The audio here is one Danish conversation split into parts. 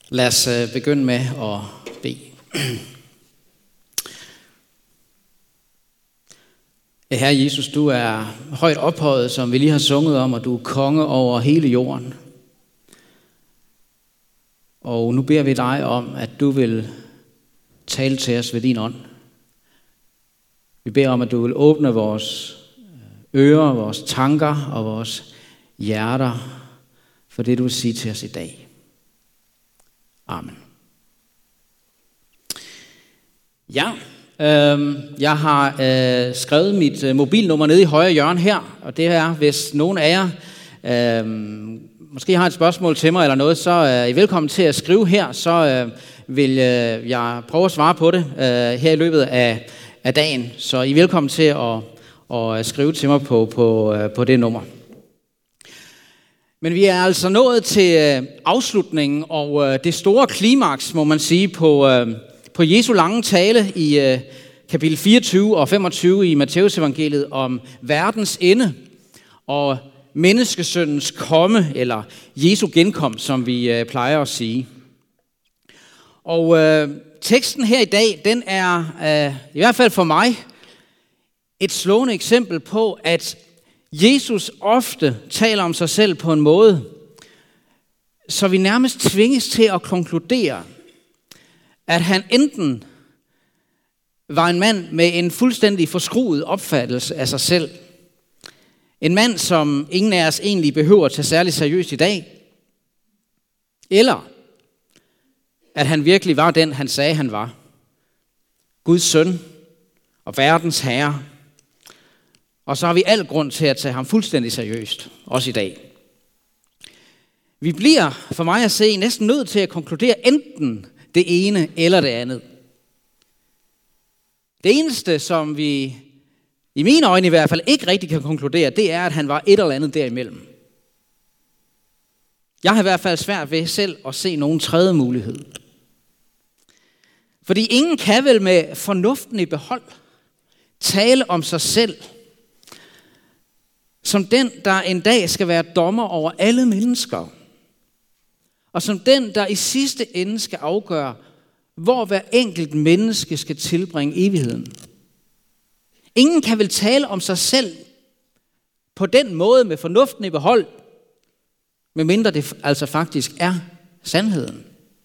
Lad os begynde med at bede. Herre Jesus, du er højt ophøjet, som vi lige har sunget om, og du er konge over hele jorden. Og nu beder vi dig om, at du vil tale til os ved din ånd. Vi beder om, at du vil åbne vores ører, vores tanker og vores hjerter for det, du vil sige til os i dag. Amen. Ja, jeg har skrevet mit mobilnummer nede i højre hjørne her, og det er, hvis nogen af jer måske har et spørgsmål til mig eller noget, så er I velkommen til at skrive her, så vil jeg prøve at svare på det her i løbet af dagen. Så I er velkommen til at skrive til mig på det nummer. Men vi er altså nået til afslutningen og det store klimaks, må man sige, på Jesu lange tale i kapitel 24 og 25 i Matteus evangeliet om verdens ende og menneskesøndens komme, eller Jesu genkomst, som vi plejer at sige. Og teksten her i dag, den er i hvert fald for mig et slående eksempel på, at Jesus ofte taler om sig selv på en måde, så vi nærmest tvinges til at konkludere, at han enten var en mand med en fuldstændig forskruet opfattelse af sig selv, en mand, som ingen af os egentlig behøver at tage særlig seriøst i dag, eller at han virkelig var den, han sagde, han var. Guds søn og verdens herre. Og så har vi al grund til at tage ham fuldstændig seriøst, også i dag. Vi bliver, for mig at se, næsten nødt til at konkludere enten det ene eller det andet. Det eneste, som vi i mine øjne i hvert fald ikke rigtig kan konkludere, det er, at han var et eller andet derimellem. Jeg har i hvert fald svært ved selv at se nogen tredje mulighed. Fordi ingen kan vel med fornuften i behold tale om sig selv som den, der en dag skal være dommer over alle mennesker, og som den, der i sidste ende skal afgøre, hvor hver enkelt menneske skal tilbringe evigheden. Ingen kan vel tale om sig selv på den måde med fornuften i behold, medmindre det altså faktisk er sandheden.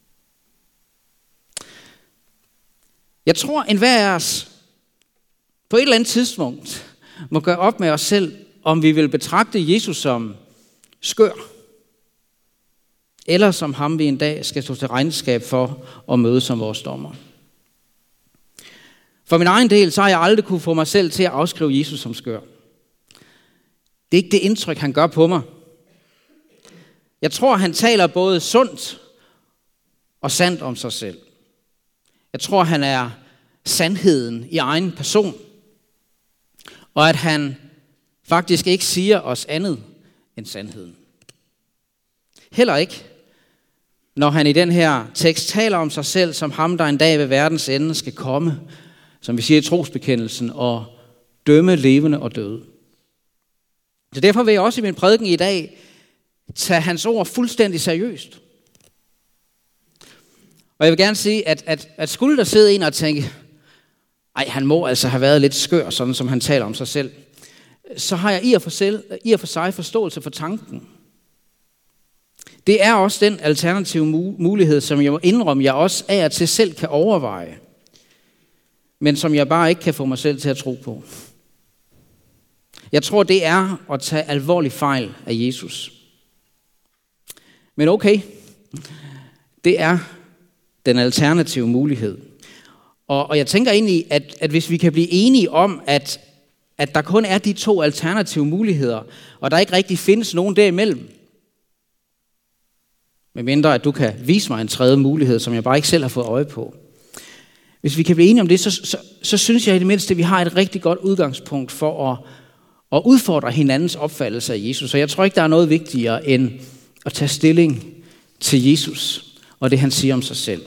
Jeg tror, enhver af os på et eller andet tidspunkt må gøre op med os selv, om vi vil betragte Jesus som skør, eller som ham, vi en dag skal stå til regnskab for at møde som vores dommer. For min egen del, så har jeg aldrig kunne få mig selv til at afskrive Jesus som skør. Det er ikke det indtryk, han gør på mig. Jeg tror, han taler både sundt og sandt om sig selv. Jeg tror, han er sandheden i egen person, og at han faktisk ikke siger os andet end sandheden. Heller ikke, når han i den her tekst taler om sig selv som ham, der en dag ved verdens ende skal komme, som vi siger i trosbekendelsen, og dømme levende og døde. Så derfor vil jeg også i min prædiken i dag tage hans ord fuldstændig seriøst. Og jeg vil gerne sige, at skulle der sidde en og tænke, han må altså have været lidt skør, sådan som han taler om sig selv, så har jeg i og for sig forståelse for tanken. Det er også den alternative mulighed, som jeg må indrømme, jeg også af og til selv kan overveje, men som jeg bare ikke kan få mig selv til at tro på. Jeg tror, det er at tage alvorlig fejl af Jesus. Men okay, det er den alternative mulighed. Og jeg tænker egentlig, at hvis vi kan blive enige om, at der kun er de to alternative muligheder, og der ikke rigtig findes nogen derimellem, medmindre at du kan vise mig en tredje mulighed, som jeg bare ikke selv har fået øje på. Hvis vi kan blive enige om det, så synes jeg i det mindste, at vi har et rigtig godt udgangspunkt for at udfordre hinandens opfattelse af Jesus. Så jeg tror ikke, der er noget vigtigere end at tage stilling til Jesus og det, han siger om sig selv.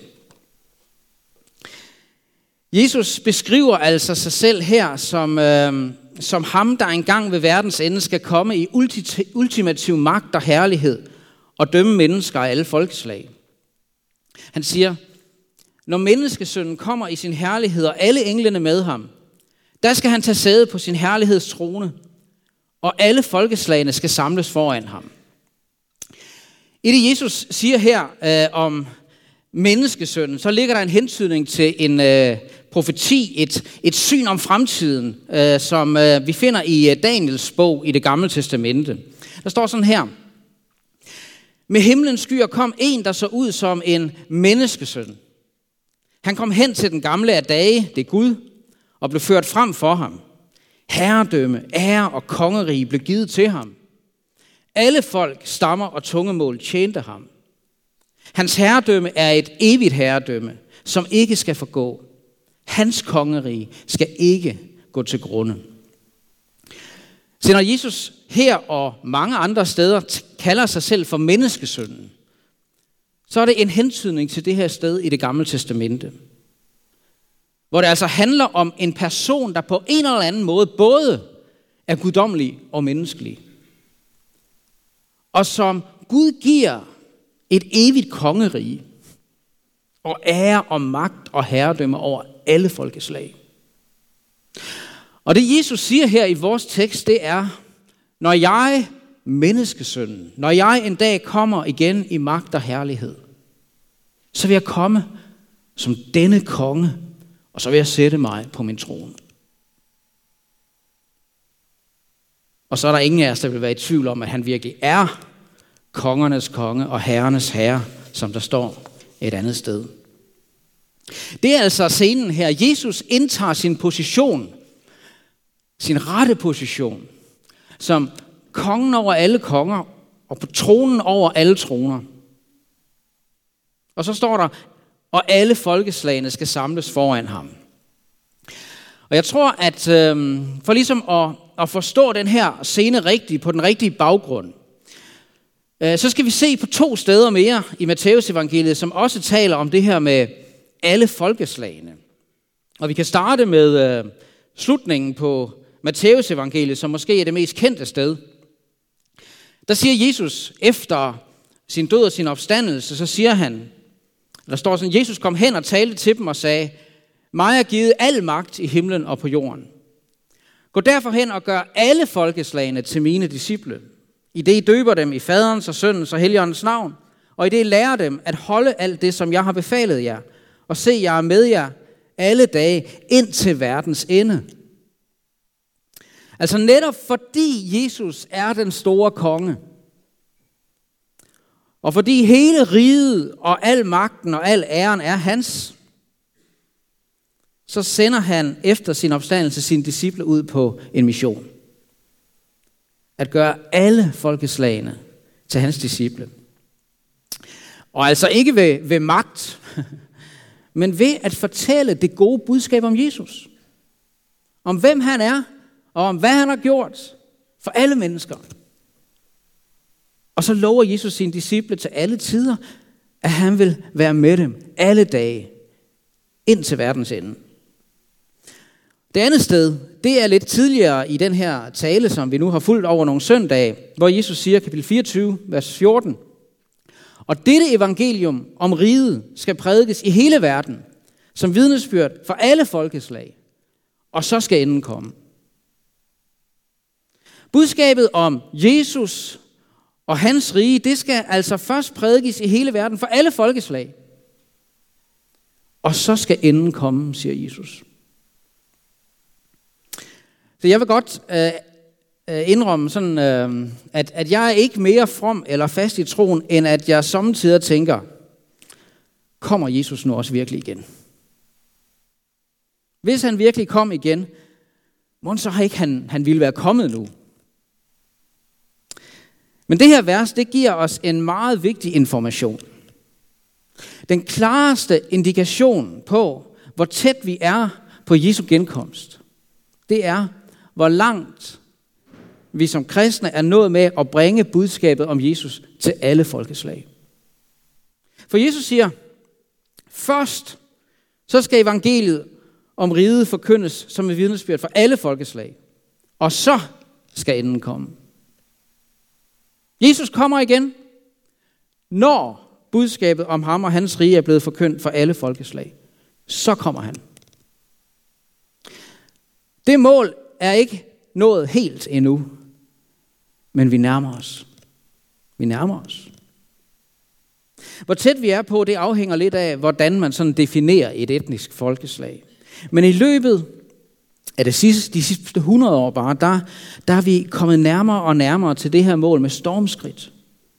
Jesus beskriver altså sig selv her som ham, der engang ved verdens ende skal komme i ultimativ magt og herlighed og dømme mennesker af alle folkeslag. Han siger, når menneskesønnen kommer i sin herlighed og alle englene med ham, der skal han tage sæde på sin herlighedstrone, og alle folkeslagene skal samles foran ham. I det Jesus siger her om menneskesønnen, så ligger der en hentydning til en profeti, et syn om fremtiden, som vi finder i Daniels bog i Det Gamle Testamente. Der står sådan her: med himlens skyer kom en, der så ud som en menneskesøn. Han kom hen til den gamle af dage, det er Gud, og blev ført frem for ham. Herredømme, ære og kongerige blev givet til ham. Alle folk, stammer og tungemål tjente ham. Hans herredømme er et evigt herredømme, som ikke skal forgå. Hans kongerige skal ikke gå til grunde. Så når Jesus her og mange andre steder kalder sig selv for menneskesønnen, så er det en hentydning til det her sted i Det Gamle Testamente, hvor det altså handler om en person, der på en eller anden måde både er guddommelig og menneskelig, og som Gud giver et evigt kongerige og ære og magt og herredømme over alle folkeslag. Og det Jesus siger her i vores tekst, det er, når jeg, menneskesønnen, når jeg en dag kommer igen i magt og herlighed, så vil jeg komme som denne konge, og så vil jeg sætte mig på min trone. Og så er der ingen af os, der vil være i tvivl om, at han virkelig er kongernes konge og herrenes herre, som der står et andet sted. Det er altså scenen her. Jesus indtager sin position, sin rette position, som kongen over alle konger og på tronen over alle troner. Og så står der, og alle folkeslagene skal samles foran ham. Og jeg tror, at for ligesom at forstå den her scene rigtigt, på den rigtige baggrund, så skal vi se på 2 steder mere i Matteus evangeliet, som også taler om det her med alle folkeslagene. Og vi kan starte med slutningen på Matteus evangeliet, som måske er det mest kendte sted. Der siger Jesus, efter sin død og sin opstandelse, så siger han, der står sådan, Jesus kom hen og talte til dem og sagde, mig er givet al magt i himlen og på jorden. Gå derfor hen og gør alle folkeslagene til mine disciple, i det I døber dem i faderens og søndens og helligåndens navn, og i det I lærer dem at holde alt det, som jeg har befalet jer, og se, jeg er med jer alle dage ind til verdens ende. Altså netop fordi Jesus er den store konge, og fordi hele riget og al magten og al æren er hans, så sender han efter sin opstandelse sine disciple ud på en mission. At gøre alle folkeslagene til hans disciple. Og altså ikke ved magt, men ved at fortælle det gode budskab om Jesus. Om hvem han er, og om hvad han har gjort for alle mennesker. Og så lover Jesus sine disciple til alle tider, at han vil være med dem alle dage, ind til verdens ende. Det andet sted, det er lidt tidligere i den her tale, som vi nu har fulgt over nogle søndage, hvor Jesus siger, kapitel 24, vers 14, og dette evangelium om riget skal prædikes i hele verden, som vidnesbyrd for alle folkeslag, og så skal enden komme. Budskabet om Jesus og hans rige, det skal altså først prædikes i hele verden for alle folkeslag, og så skal enden komme, siger Jesus. Så jeg vil godt indrømme sådan, at jeg er ikke mere from eller fast i troen, end at jeg sommetider tænker, kommer Jesus nu også virkelig igen? Hvis han virkelig kom igen, mon så har ikke han ville være kommet nu. Men det her vers, det giver os en meget vigtig information. Den klareste indikation på, hvor tæt vi er på Jesu genkomst, det er, hvor langt vi som kristne er nået med at bringe budskabet om Jesus til alle folkeslag. For Jesus siger, først så skal evangeliet om riget forkyndes som et vidnesbyrd for alle folkeslag, og så skal enden komme. Jesus kommer igen, når budskabet om ham og hans rige er blevet forkyndt for alle folkeslag, så kommer han. Det mål er ikke nået helt endnu, men vi nærmer os. Vi nærmer os. Hvor tæt vi er på, det afhænger lidt af, hvordan man sådan definerer et etnisk folkeslag. Men i løbet af de sidste 100 år bare, der er vi kommet nærmere og nærmere til det her mål med stormskridt.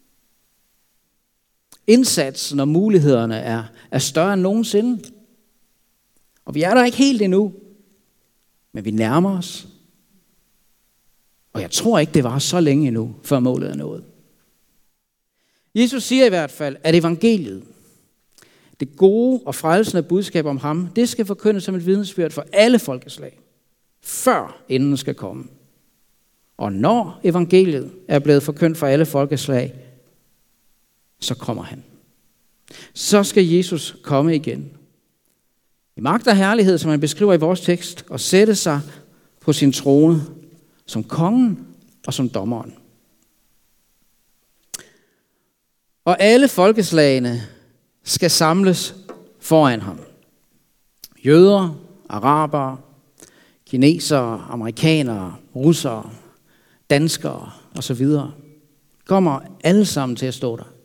Indsatsen og mulighederne er større end nogensinde. Og vi er der ikke helt endnu, men vi nærmer os. Og jeg tror ikke, det var så længe endnu, før målet er nået. Jesus siger i hvert fald, at evangeliet, det gode og frelsende budskab om ham, det skal forkyndes som et vidnesbyrd for alle folkeslag, før enden skal komme. Og når evangeliet er blevet forkyndt for alle folkeslag, så kommer han. Så skal Jesus komme igen. I magt og herlighed, som han beskriver i vores tekst, og sætte sig på sin trone som kongen og som dommeren. Og alle folkeslagene skal samles foran ham. Jøder, arabere, kinesere, amerikanere, russere, danskere osv. kommer alle sammen til at stå der.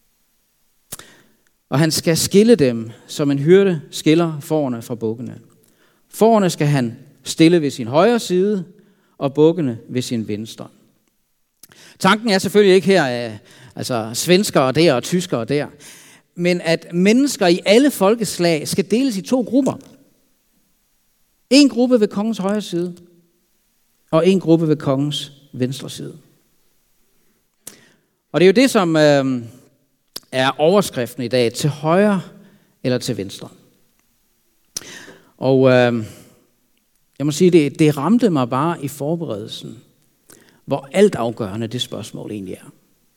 Og han skal skille dem, som en hyrde skiller fårene fra bukkene. Fårene skal han stille ved sin højre side, og bukkene ved sin venstre. Tanken er selvfølgelig ikke her, svenskere der og tyskere der, men at mennesker i alle folkeslag skal deles i 2 grupper. En gruppe ved kongens højre side, og en gruppe ved kongens venstre side. Og det er jo det, som er overskriften i dag, til højre eller til venstre. Og jeg må sige, det ramte mig bare i forberedelsen, hvor altafgørende det spørgsmål egentlig er.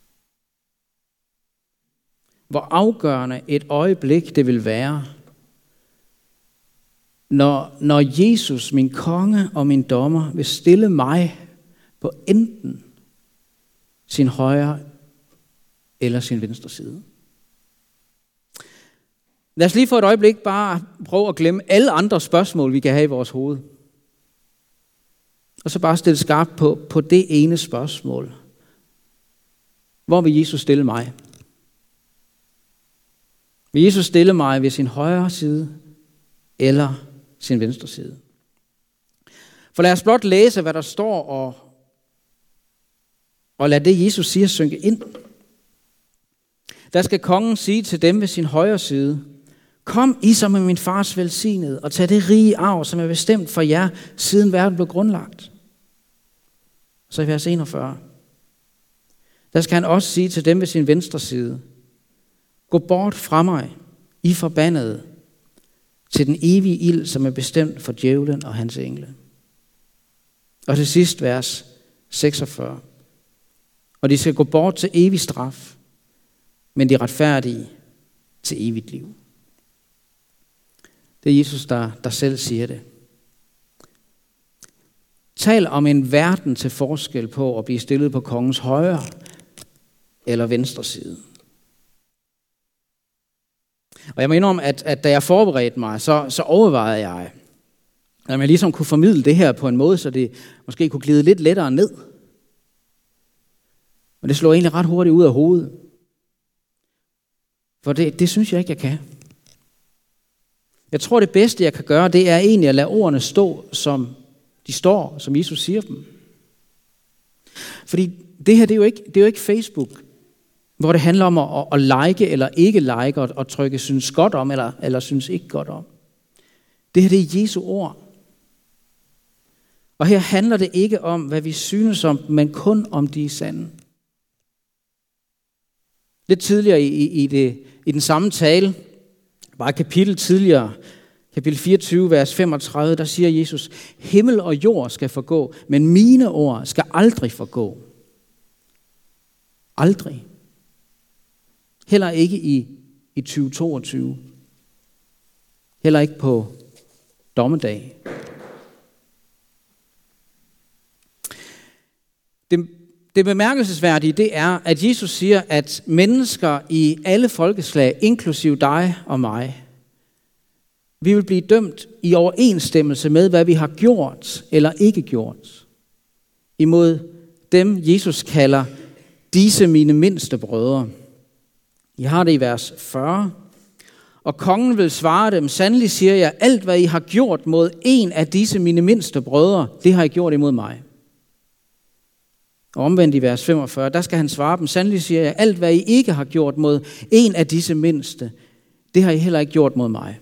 Hvor afgørende et øjeblik det vil være, når Jesus, min konge og min dommer, vil stille mig på enten sin højre eller sin venstre side. Lad os lige for et øjeblik bare prøve at glemme alle andre spørgsmål, vi kan have i vores hoved. Og så bare stille skarpt på det ene spørgsmål. Hvor vil Jesus stille mig? Vil Jesus stille mig ved sin højre side eller sin venstre side? For lad os blot læse, hvad der står, og lad det, Jesus siger, synke ind. Der skal kongen sige til dem ved sin højre side: Kom I som er min fars velsignet, og tag det rige arv, som er bestemt for jer, siden verden blev grundlagt. Så i vers 41. Der skal han også sige til dem ved sin venstre side: Gå bort fra mig, I forbandede, til den evige ild, som er bestemt for djævlen og hans engle. Og til sidst vers 46. Og de skal gå bort til evig straf, men de retfærdige til evigt liv. Det er Jesus, der selv siger det. Tal om en verden til forskel på at blive stillet på kongens højre eller venstre side. Og jeg må indrømme, at da jeg forberedte mig, så overvejede jeg, om jeg ligesom kunne formidle det her på en måde, så det måske kunne glide lidt lettere ned. Men det slår egentlig ret hurtigt ud af hovedet. For det synes jeg ikke, jeg kan. Jeg tror, det bedste, jeg kan gøre, det er egentlig at lade ordene stå, som de står, som Jesus siger dem. Fordi det her, det er jo ikke Facebook, hvor det handler om at like eller ikke like, og trykke synes godt om, eller synes ikke godt om. Det her, det er Jesu ord. Og her handler det ikke om, hvad vi synes om, men kun om de sande. Lidt tidligere i den samme tale, bare et kapitel tidligere, kapitel 24, vers 35, der siger Jesus: Himmel og jord skal forgå, men mine ord skal aldrig forgå. Aldrig. Heller ikke i 2022. Heller ikke på dommedag. Det bemærkelsesværdige, det er, at Jesus siger, at mennesker i alle folkeslag, inklusive dig og mig, vi vil blive dømt i overensstemmelse med, hvad vi har gjort eller ikke gjort, imod dem, Jesus kalder disse mine mindste brødre. I har det i vers 40. Og kongen vil svare dem, sandelig siger jeg, alt hvad I har gjort mod en af disse mine mindste brødre, det har I gjort imod mig. Og omvendt i vers 45, der skal han svare dem, sandelig siger jeg, alt hvad I ikke har gjort mod en af disse mindste, det har I heller ikke gjort mod mig.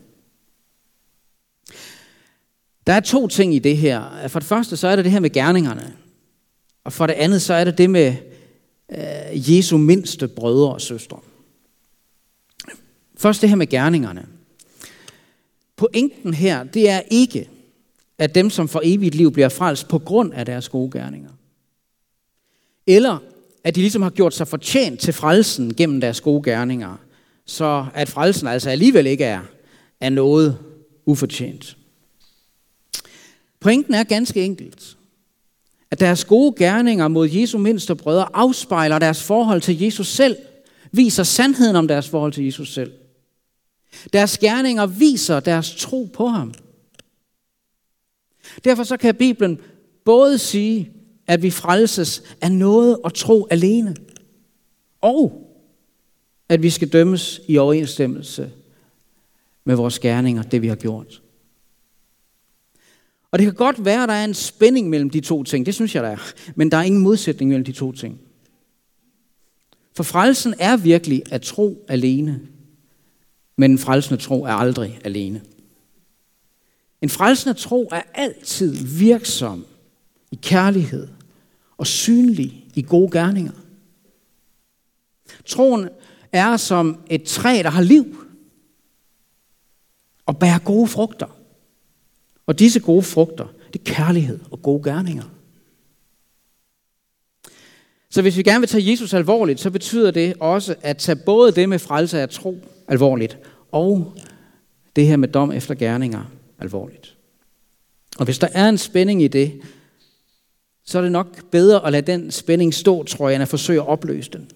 Der er to ting i det her. For det første, så er det her med gerningerne. Og for det andet, så er det med Jesu mindste brødre og søstre. Først det her med gerningerne. Pointen her, det er ikke, at dem, som får evigt liv, bliver frelst på grund af deres gode gerninger. Eller at de ligesom har gjort sig fortjent til frelsen gennem deres gode gerninger, så at frelsen altså alligevel ikke er noget ufortjent. Pointen er ganske enkelt, at deres gode gerninger mod Jesu mindste brødre afspejler deres forhold til Jesus selv, viser sandheden om deres forhold til Jesus selv. Deres gerninger viser deres tro på ham. Derfor så kan Bibelen både sige, at vi frelses af noget og tro alene, og at vi skal dømmes i overensstemmelse med vores gerninger, det vi har gjort. Og det kan godt være, at der er en spænding mellem de to ting, det synes jeg, der er, men der er ingen modsætning mellem de to ting. For frelsen er virkelig at tro alene, men en frelsende tro er aldrig alene. En frelsende tro er altid virksom i kærlighed og synlig i gode gerninger. Troen er som et træ, der har liv og bærer gode frugter. Og disse gode frugter, det er kærlighed og gode gerninger. Så hvis vi gerne vil tage Jesus alvorligt, så betyder det også at tage både det med frelse af tro alvorligt, og det her med dom efter gerninger alvorligt. Og hvis der er en spænding i det, så er det nok bedre at lade den spænding stå, tror jeg, end at forsøge at opløse den.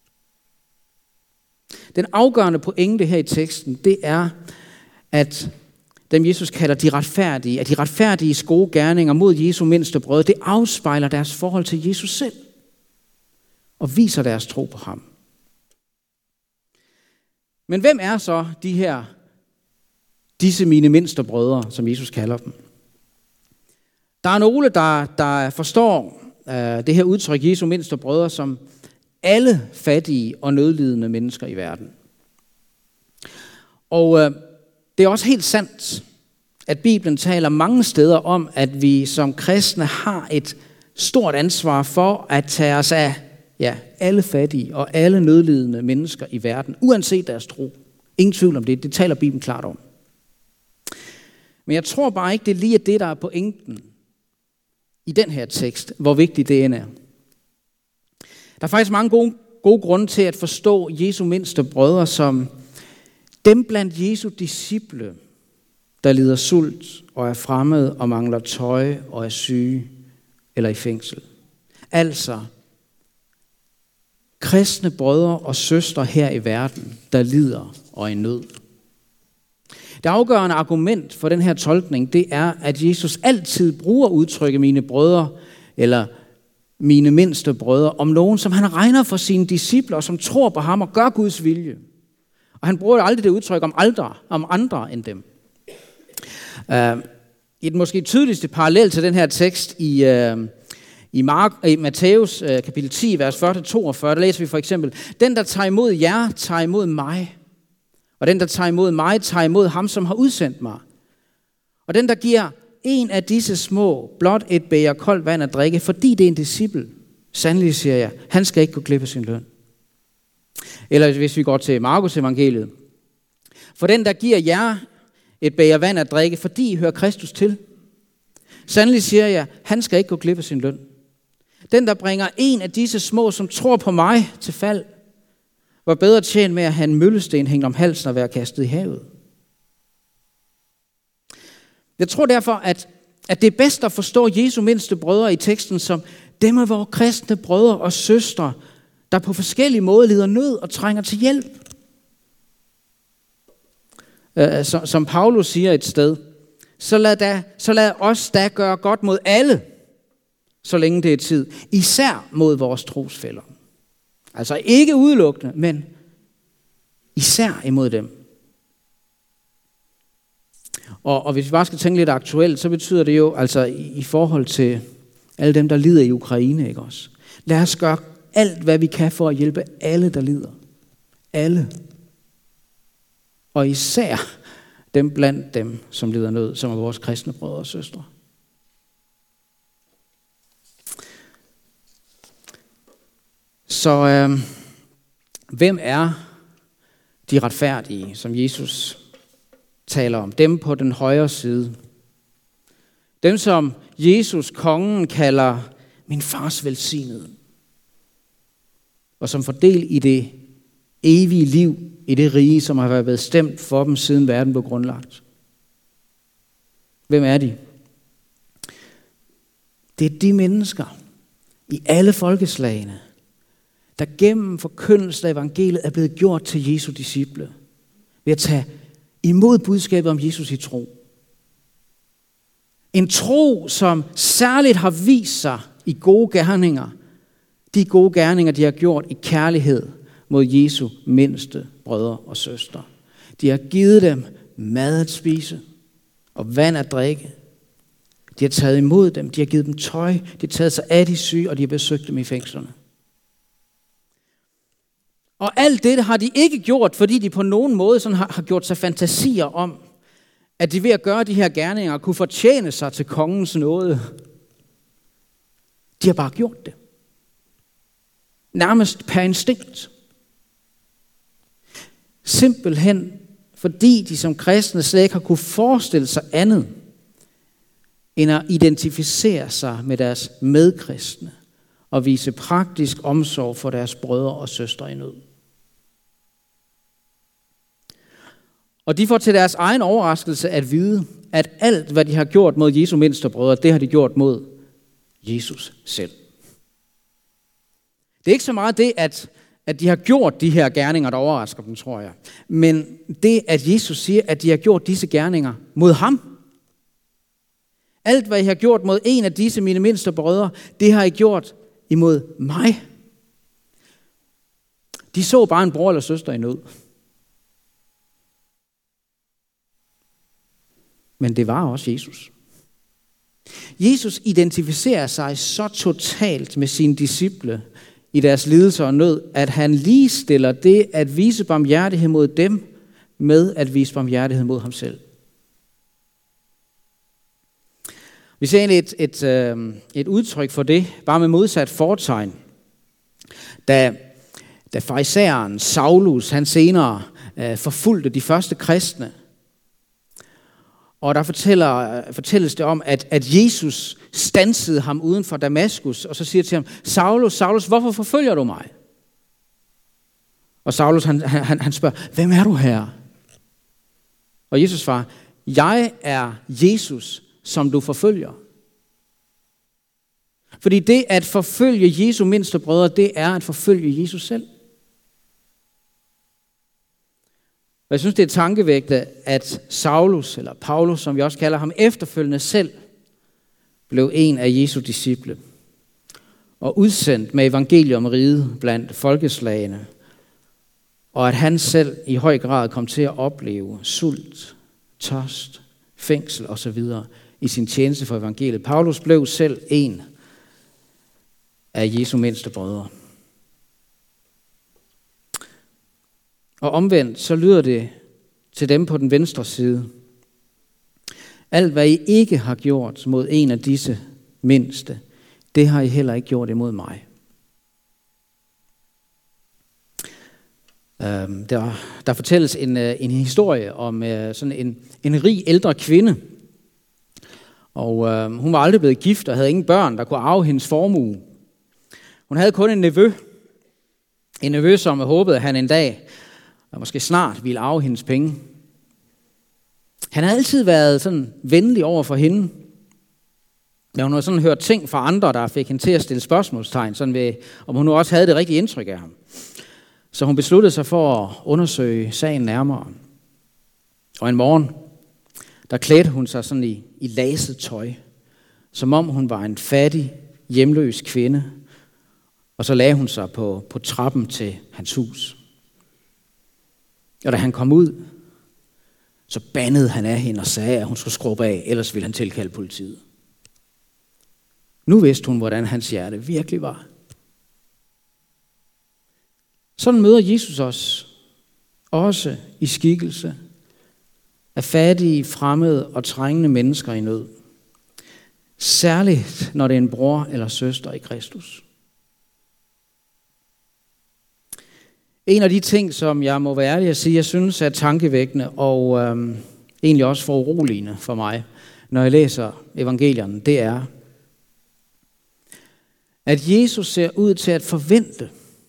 Den afgørende pointe her i teksten, det er, at dem Jesus kalder de retfærdige, at de retfærdiges gode gerninger mod Jesu mindste brødre, det afspejler deres forhold til Jesus selv og viser deres tro på ham. Men hvem er så disse mine mindste brødre, som Jesus kalder dem? Der er nogle, der forstår det her udtryk Jesu mindste brødre som alle fattige og nødlidende mennesker i verden. Og det er også helt sandt, at Bibelen taler mange steder om, at vi som kristne har et stort ansvar for at tage os af alle fattige og alle nødlidende mennesker i verden, uanset deres tro. Ingen tvivl om det, det taler Bibelen klart om. Men jeg tror bare ikke, det er lige det, der er pointen i den her tekst, hvor vigtigt det end er. Der er faktisk mange gode grunde til at forstå Jesu mindste brødre som dem blandt Jesu disciple, der lider sult og er fremmede og mangler tøj og er syge eller i fængsel. Altså kristne brødre og søstre her i verden, der lider og er i nød. Det afgørende argument for den her tolkning, det er, at Jesus altid bruger udtrykket mine brødre, eller mine mindste brødre, om nogen, som han regner for sine disciple, og som tror på ham og gør Guds vilje. Og han bruger aldrig det udtryk om andre end dem. I den måske tydeligste parallel til den her tekst i Matthæus kapitel 10, vers 40-42, der læser vi for eksempel, den, der tager imod jer, tager imod mig. Og den, der tager imod mig, tager imod ham, som har udsendt mig. Og den, der giver en af disse små, blot et bæger koldt vand at drikke, fordi det er en disciple, sandelig siger jeg, han skal ikke gå glip af sin løn. Eller hvis vi går til Markus evangeliet. For den, der giver jer et bæger vand at drikke, fordi I hører Kristus til, sandelig siger jeg, han skal ikke gå glip af sin løn. Den, der bringer en af disse små, som tror på mig, til fald, var bedre tjent med at have en møllesten hængt om halsen og være kastet i havet. Jeg tror derfor, at det er bedst at forstå Jesu mindste brødre i teksten som dem af vores kristne brødre og søstre, der på forskellige måder lider nød og trænger til hjælp. Som Paulus siger et sted, så lad os da gøre godt mod alle, så længe det er tid. Især mod vores trosfæller. Altså ikke udelukkende, men især imod dem. Og hvis vi bare skal tænke lidt aktuelt, så betyder det jo, altså i forhold til alle dem, der lider i Ukraine, ikke også? Lad os gøre alt, hvad vi kan for at hjælpe alle, der lider. Alle. Og især dem blandt dem, som lider nød, som er vores kristne brødre og søstre. Så hvem er de retfærdige, som Jesus taler om? Dem på den højre side. Dem, som Jesus, kongen, kalder min fars velsignede. Og som får del i det evige liv, i det rige, som har været bestemt for dem, siden verden blev grundlagt. Hvem er de? Det er de mennesker i alle folkeslagene, der gennem forkyndelsen af evangeliet er blevet gjort til Jesu disciple, ved at tage imod budskabet om Jesus i tro. En tro, som særligt har vist sig i gode gerninger. De gode gerninger, de har gjort i kærlighed mod Jesu mindste brødre og søstre. De har givet dem mad at spise og vand at drikke. De har taget imod dem, de har givet dem tøj, de har taget sig af de syge, og de har besøgt dem i fængslerne. Og alt det har de ikke gjort, fordi de på nogen måde sådan har gjort sig fantasier om, at de ved at gøre de her gerninger kunne fortjene sig til kongens nåde. De har bare gjort det. Nærmest per instinkt. Simpelthen fordi de som kristne slet ikke har kunne forestille sig andet, end at identificere sig med deres medkristne og vise praktisk omsorg for deres brødre og søstre i nød. Og de får til deres egen overraskelse at vide, at alt, hvad de har gjort mod Jesu mindste brødre, det har de gjort mod Jesus selv. Det er ikke så meget det, at de har gjort de her gerninger, der overrasker dem, tror jeg. Men det, at Jesus siger, at de har gjort disse gerninger mod ham. Alt, hvad I har gjort mod en af disse mine mindste brødre, det har I gjort imod mig. De så bare en bror eller søster i nød. Men det var også Jesus. Jesus identificerer sig så totalt med sine disciple i deres lidelse og nød, at han ligestiller det at vise barmhjertighed mod dem med at vise barmhjertighed mod ham selv. Vi ser egentlig et udtryk for det, bare med modsat fortegn. Da farisæeren Saulus, han senere forfulgte de første kristne, og der fortælles det om, at Jesus standsede ham uden for Damaskus, og så siger til ham, Saulus, Saulus, hvorfor forfølger du mig? Og Saulus, han spørger, hvem er du her? Og Jesus svarer, jeg er Jesus, som du forfølger. Fordi det at forfølge Jesu mindste brødre, det er at forfølge Jesus selv. Og jeg synes, det er tankevækkende, at Saulus, eller Paulus, som vi også kalder ham, efterfølgende selv blev en af Jesu disciple og udsendt med evangeliet om riget blandt folkeslagene, og at han selv i høj grad kom til at opleve sult, tørst, fængsel osv. i sin tjeneste for evangeliet. Paulus blev selv en af Jesu mindste brødre. Og omvendt, så lyder det til dem på den venstre side. Alt, hvad I ikke har gjort mod en af disse mindste, det har I heller ikke gjort imod mig. Der fortælles en historie om sådan en rig ældre kvinde. Og hun var aldrig blevet gift og havde ingen børn, der kunne arve hendes formue. Hun havde kun en nevø. En nevø, som håbede, at han en dag, og måske snart, ville arve hendes penge. Han havde altid været sådan venlig over for hende. Men hun havde sådan hørt ting fra andre, der fik hende til at stille spørgsmålstegn, sådan ved, om hun nu også havde det rigtige indtryk af ham. Så hun besluttede sig for at undersøge sagen nærmere. Og en morgen, der klædte hun sig sådan i laset tøj, som om hun var en fattig, hjemløs kvinde. Og så lagde hun sig på trappen til hans hus. Og da han kom ud, så bandede han af hende og sagde, at hun skulle skrubbe af, ellers ville han tilkalde politiet. Nu vidste hun, hvordan hans hjerte virkelig var. Sådan møder Jesus os, også i skikkelse af fattige, fremmede og trængende mennesker i nød. Særligt, når det er en bror eller søster i Kristus. En af de ting, som jeg må være ærlig at sige, jeg synes er tankevækkende og egentlig også foruroligende for mig, når jeg læser evangelierne, det er, at Jesus ser ud til at forvente,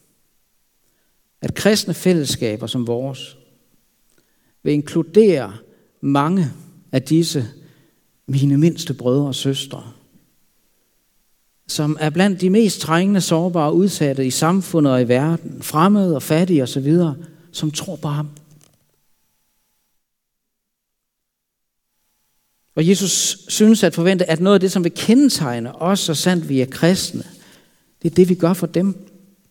at kristne fællesskaber som vores vil inkludere mange af disse mine mindste brødre og søstre, som er blandt de mest trængende, sårbare og udsatte i samfundet og i verden, fremmede og fattige osv., som tror på ham. Og Jesus synes at forvente, at noget af det, som vil kendetegne os, så sandt vi er kristne, det er det, vi gør for dem.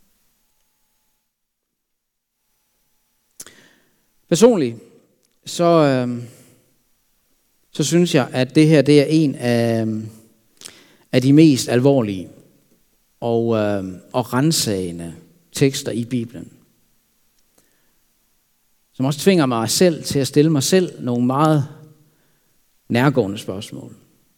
Personligt, så synes jeg, at det her det er en af de mest alvorlige og ransagende tekster i Bibelen, som også tvinger mig selv til at stille mig selv nogle meget nærgående spørgsmål.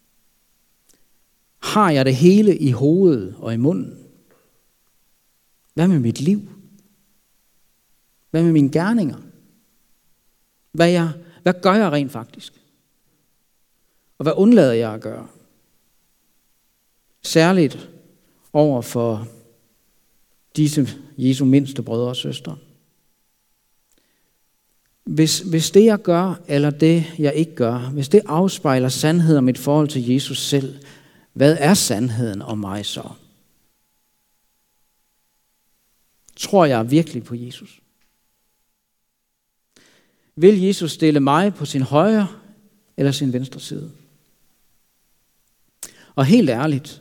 Har jeg det hele i hovedet og i munden? Hvad med mit liv? Hvad med mine gerninger? Hvad gør jeg rent faktisk? Og hvad undlader jeg at gøre? Særligt over for disse Jesu mindste brødre og søstre. Hvis det jeg gør, eller det jeg ikke gør, hvis det afspejler sandheden om mit forhold til Jesus selv, hvad er sandheden om mig så? Tror jeg virkelig på Jesus? Vil Jesus stille mig på sin højre eller sin venstre side? Og helt ærligt,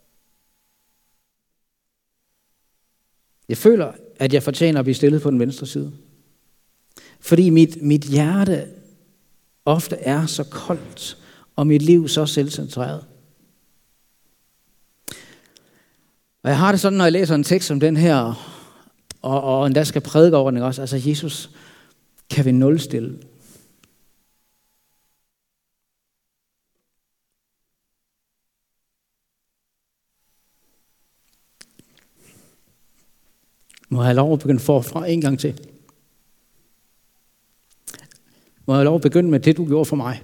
jeg føler, at jeg fortjener at blive stillet på den venstre side. Fordi mit hjerte ofte er så koldt, og mit liv så selvcentreret. Og jeg har det sådan, når jeg læser en tekst som den her, og endda skal prædike over den også. Altså Jesus kan vi nulstille. Må jeg have lov at begynde forfra en gang til? Må jeg have lov at begynde med det, du gjorde for mig?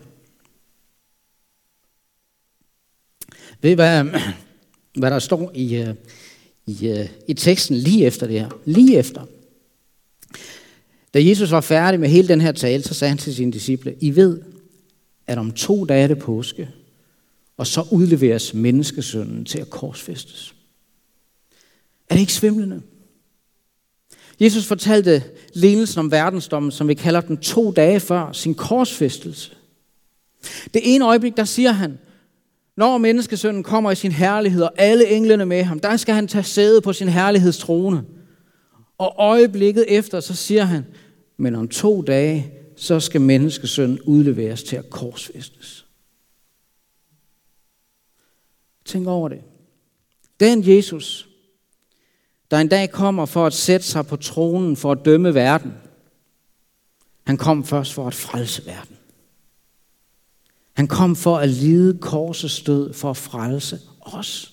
Ved I, hvad der står i teksten lige efter det her? Lige efter. Da Jesus var færdig med hele den her tale, så sagde han til sine disciple, I ved, at om 2 dage er det påske, og så udleveres menneskesønnen til at korsfæstes. Er det ikke svimlende? Jesus fortalte lignelsen om verdensdommen, som vi kalder den 2 dage før sin korsfæstelse. Det ene øjeblik, der siger han, når menneskesønnen kommer i sin herlighed, og alle englene med ham, der skal han tage sæde på sin herlighedstrone. Og øjeblikket efter, så siger han, men om 2 dage, så skal menneskesønnen udleveres til at korsfæstes. Tænk over det. Den Jesus, der en dag kommer for at sætte sig på tronen for at dømme verden, han kom først for at frelse verden. Han kom for at lide korsets død for at frelse os.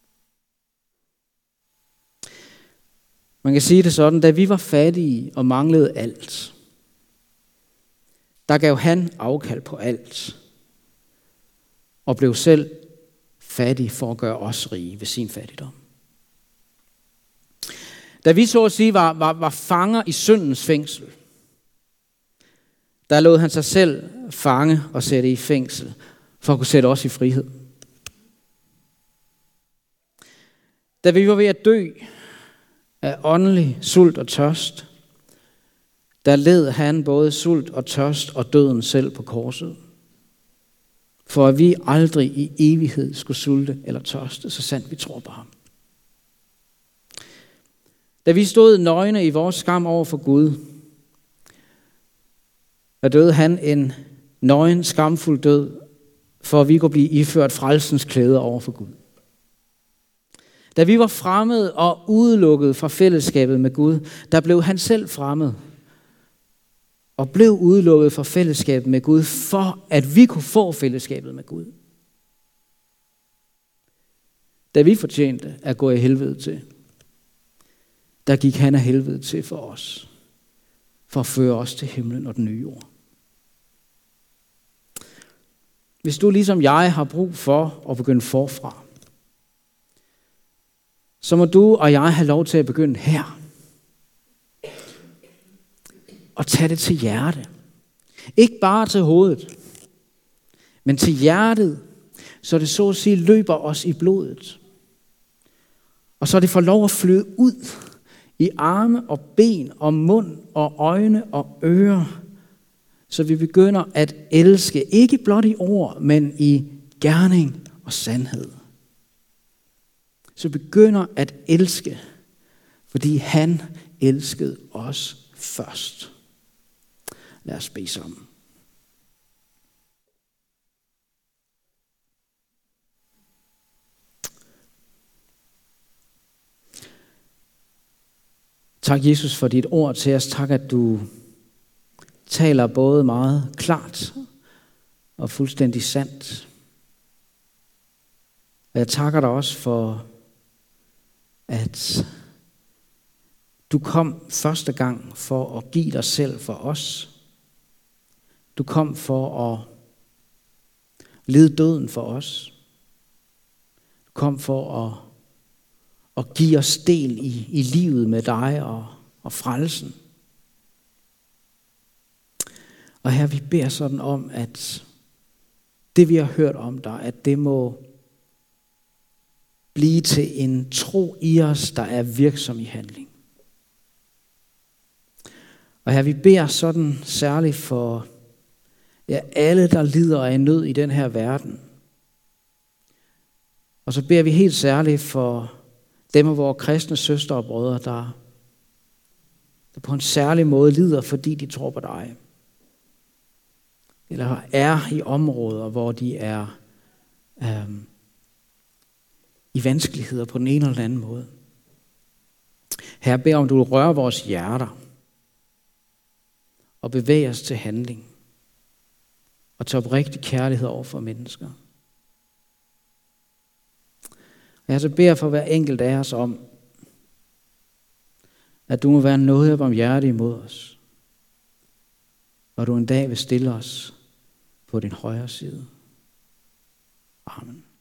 Man kan sige det sådan, da vi var fattige og manglede alt, der gav han afkald på alt og blev selv fattig for at gøre os rige ved sin fattigdom. Da vi så at sige var fanger i syndens fængsel, der lod han sig selv fange og sætte i fængsel for at kunne sætte os i frihed. Da vi var ved at dø af åndelig sult og tørst, der led han både sult og tørst og døden selv på korset. For at vi aldrig i evighed skulle sulte eller tørste, så sandt vi tror på ham. Da vi stod nøgne i vores skam over for Gud, der døde han en nøgen, skamfuld død, for at vi kunne blive iført frelsens klæder over for Gud. Da vi var fremmed og udelukket fra fællesskabet med Gud, der blev han selv fremmed og blev udelukket fra fællesskabet med Gud, for at vi kunne få fællesskabet med Gud. Da vi fortjente at gå i helvede til, der gik han af helvede til for os, for at føre os til himlen og den nye jord. Hvis du ligesom jeg har brug for at begynde forfra, så må du og jeg have lov til at begynde her. Og tage det til hjerte. Ikke bare til hovedet, men til hjertet, så det så at sige løber os i blodet. Og så det får lov at flyde ud i arme og ben og mund og øjne og ører, så vi begynder at elske, ikke blot i ord, men i gerning og sandhed. Så vi begynder at elske, fordi han elskede os først. Lad os bede sammen. Tak, Jesus, for dit ord til os. Tak, at du taler både meget klart og fuldstændig sandt. Og jeg takker dig også for, at du kom første gang for at give dig selv for os. Du kom for at lide døden for os. Du kom for at give os del i livet med dig og frelsen. Og her vi beder sådan om, at det vi har hørt om dig, at det må blive til en tro i os, der er virksom i handling. Og her vi beder sådan særligt for alle, der lider af nød i den her verden. Og så beder vi helt særligt for dem af vores kristne søstre og brødre, der på en særlig måde lider, fordi de tror på dig. Eller er i områder, hvor de er i vanskeligheder på den ene eller den anden måde. Herre, beder om du vil røre vores hjerter og bevæge os til handling og til oprigtig kærlighed over for mennesker. Jeg så beder for hver enkelt af os om, at du må være nådig og barmhjertig imod os, og du en dag vil stille os på din højre side. Amen.